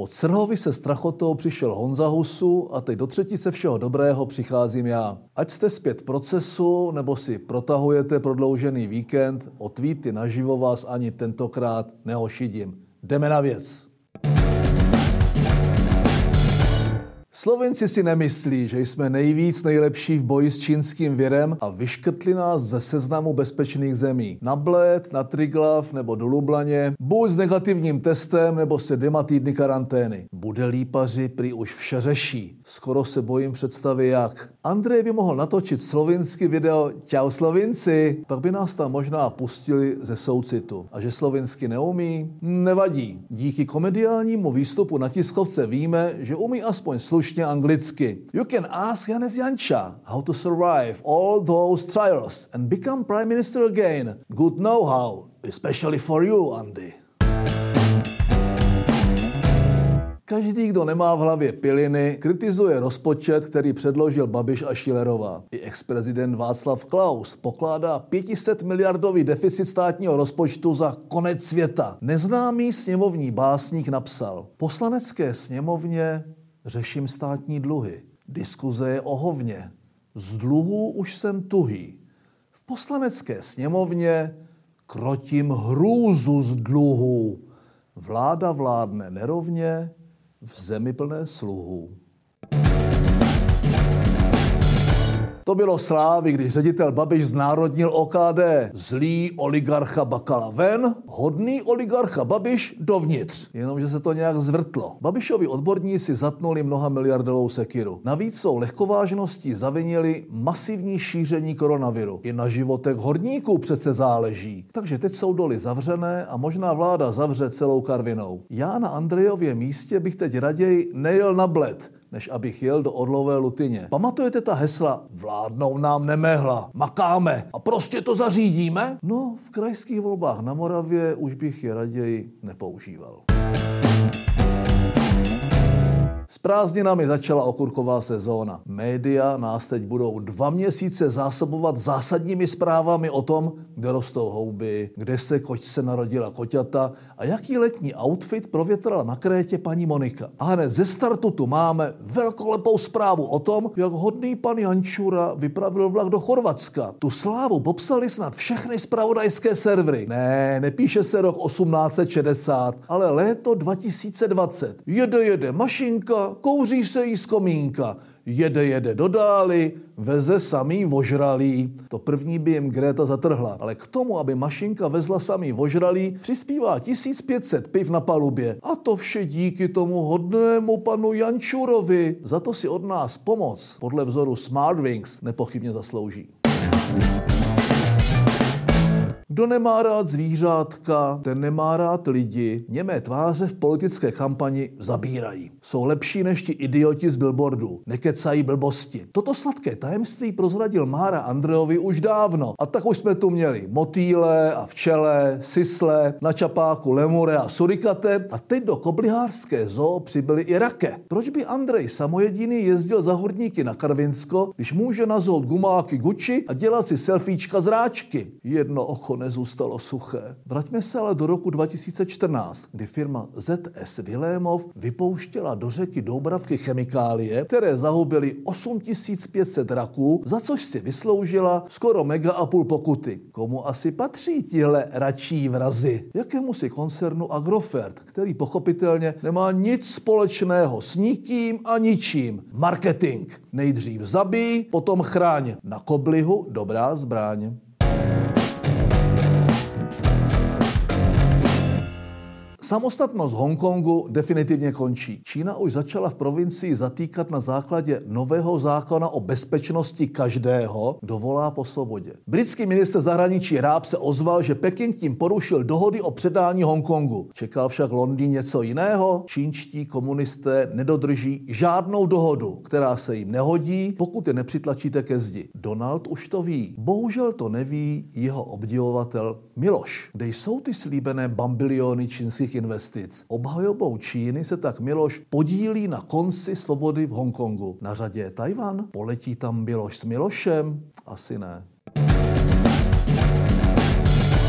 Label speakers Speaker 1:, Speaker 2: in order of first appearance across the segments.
Speaker 1: Srhovi se strachotou přišel Honza Husu a teď do třetice všeho dobrého přicházím já. Ať jste zpět v procesu, nebo si protahujete prodloužený víkend, o tweety naživo vás ani tentokrát neošidím. Jdeme na věc. Slovenci si nemyslí, že jsme nejlepší v boji s čínským virem a vyškrtli nás ze seznamu bezpečných zemí. Na Bled, na Triglav nebo do Lublaně, buď s negativním testem nebo se 2 týdny karantény. Bude lípaři prý už vše řeší. Skoro se bojím představy jak. Andrej by mohl natočit slovinský video Čau Slovinci, pak by nás tam možná pustili ze soucitu. A že slovinsky neumí? Nevadí. Díky komediálnímu výstupu na tiskovce víme, že umí aspoň slušně anglicky. You can ask Janez Janša how to survive all those trials and become prime minister again. Good know-how, especially for you, Andy. Každý, kdo nemá v hlavě piliny, kritizuje rozpočet, který předložil Babiš a Schillerová. I ex-prezident Václav Klaus pokládá 500 miliardový deficit státního rozpočtu za konec světa. Neznámý sněmovní básník napsal: Poslanecké sněmovně řeším státní dluhy. Diskuze je o hovně. Z dluhů už jsem tuhý. V poslanecké sněmovně krotím hrůzu z dluhů. Vláda vládne nerovně, v zemi plné sluhů. To bylo slávy, když ředitel Babiš znárodnil OKD. Zlý oligarcha Bakala ven, hodný oligarcha Babiš dovnitř. Jenomže se to nějak zvrtlo. Babišovi odborníci zatnuli mnohamiliardovou sekiru. Navíc svou lehkovážností zavinili masivní šíření koronaviru. I na životech horníků přece záleží. Takže teď jsou doly zavřené a možná vláda zavře celou Karvinou. Já na Andrejově místě bych teď raději nejel na Bled, než abych jel do Orlové Lutyně. Pamatujete ta hesla? Vládnou nám nemehla, makáme a prostě to zařídíme? No, v krajských volbách na Moravě už bych je raději nepoužíval. S prázdninami začala okurková sezóna. Média nás teď budou 2 měsíce zásobovat zásadními zprávami o tom, kde rostou houby, kde se kočce narodila koťata a jaký letní outfit provětrala na Krétě paní Monika. A hned ze startu tu máme velkolepou zprávu o tom, jak hodný pan Jančura vypravil vlak do Chorvatska. Tu slávu popsali snad všechny zpravodajské servery. Ne, nepíše se rok 1860, ale léto 2020. Jede mašinka, kouří se jí z komínka. Jede do dály, veze samý vožralý. To první by jim Greta zatrhla. Ale k tomu, aby mašinka vezla samý vožralý, přispívá 1500 piv na palubě. A to vše díky tomu hodnému panu Jančurovi. Za to si od nás pomoc podle vzoru Smartwings nepochybně zaslouží. Kdo nemá rád zvířátka, ten nemá rád lidi. Němé tváře v politické kampani zabírají. Jsou lepší než ti idioti z billboardů. Nekecají blbosti. Toto sladké tajemství prozradil Mára Andrejovi už dávno. A tak už jsme tu měli motýle a včele, sisle, na čapáku lemure a surikate a teď do koblihářské zoo přibyli i rake. Proč by Andrej samojediný jezdil za horníky na Karvinsko, když může nazout gumáky Gucci a dělat si selfiečka z ráčky? Jedno oko nezůstalo suché. Vraťme se ale do roku 2014, kdy firma ZS Vilémov vypouštěla do řeky Doubravky chemikálie, které zahubily 8500 raků, za což si vysloužila skoro 1,5 mega pokuty. Komu asi patří tihle račí vrazy? Jakému si koncernu Agrofert, který pochopitelně nemá nic společného s nikým a ničím. Marketing. Nejdřív zabij, potom chráň. Na koblihu dobrá zbraň. Samostatnost Hongkongu definitivně končí. Čína už začala v provincii zatýkat na základě nového zákona o bezpečnosti každého, kdo volá po svobodě. Britský ministr zahraničí Raab se ozval, že Peking tím porušil dohody o předání Hongkongu. Čekal však Londýn něco jiného? Čínští komunisté nedodrží žádnou dohodu, která se jim nehodí, pokud je nepřitlačíte ke zdi. Donald už to ví. Bohužel to neví jeho obdivovatel Miloš. Kde jsou ty slíbené bambiliony čínských investic? Obhajobou Číny se tak Miloš podílí na konci svobody v Hongkongu. Na řadě je Tajvan? Poletí tam Miloš s Milošem? Asi ne.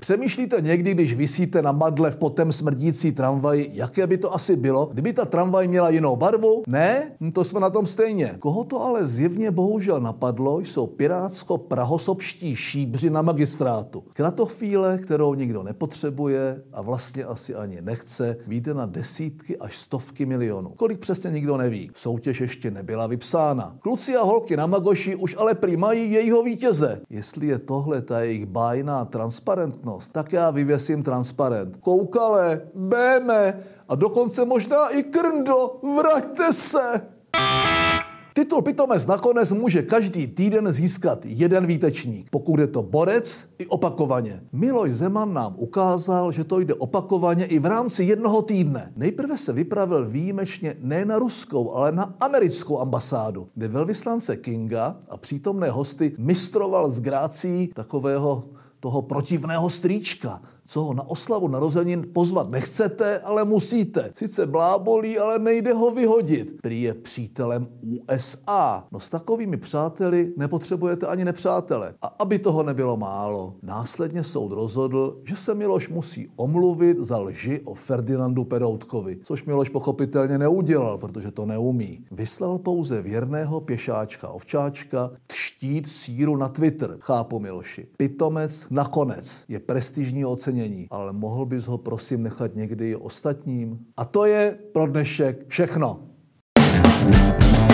Speaker 1: Přemýšlíte někdy, když visíte na madle v potem smrdící tramvaji, jaké by to asi bylo, kdyby ta tramvaj měla jinou barvu? Ne? To jsme na tom stejně. Koho to ale zjevně bohužel napadlo, jsou pirátsko-prahosobští šíbři na magistrátu. Kratochvíle, kterou nikdo nepotřebuje a vlastně asi ani nechce, vyjde na desítky až stovky milionů. Kolik přesně nikdo neví. Soutěž ještě nebyla vypsána. Kluci a holky na Magoši už ale prý mají jejího vítěze. Jestli je tohle ta jejich bájná transparentnost, tak já vyvěsím transparent. Koukale, béme a dokonce možná i Krndo, vraťte se! Titul Pitomec nakonec může každý týden získat jeden výtečník, pokud je to borec i opakovaně. Miloš Zeman nám ukázal, že to jde opakovaně i v rámci jednoho týdne. Nejprve se vypravil výjimečně ne na ruskou, ale na americkou ambasádu, kde velvyslance Kinga a přítomné hosty mistroval s grácií takového toho protivného strýčka, co ho na oslavu narozenin pozvat nechcete, ale musíte. Sice blábolí, ale nejde ho vyhodit. Prý je přítelem USA. No s takovými přáteli nepotřebujete ani nepřátele. A aby toho nebylo málo, následně soud rozhodl, že se Miloš musí omluvit za lži o Ferdinandu Peroutkovi, což Miloš pochopitelně neudělal, protože to neumí. Vyslal pouze věrného pěšáčka ovčáčka tštít síru na Twitter. Chápu, Miloši. Pitomec nakonec je prestižní ocenění, ale mohl bys ho prosím nechat někdy i ostatním? A to je pro dnešek všechno.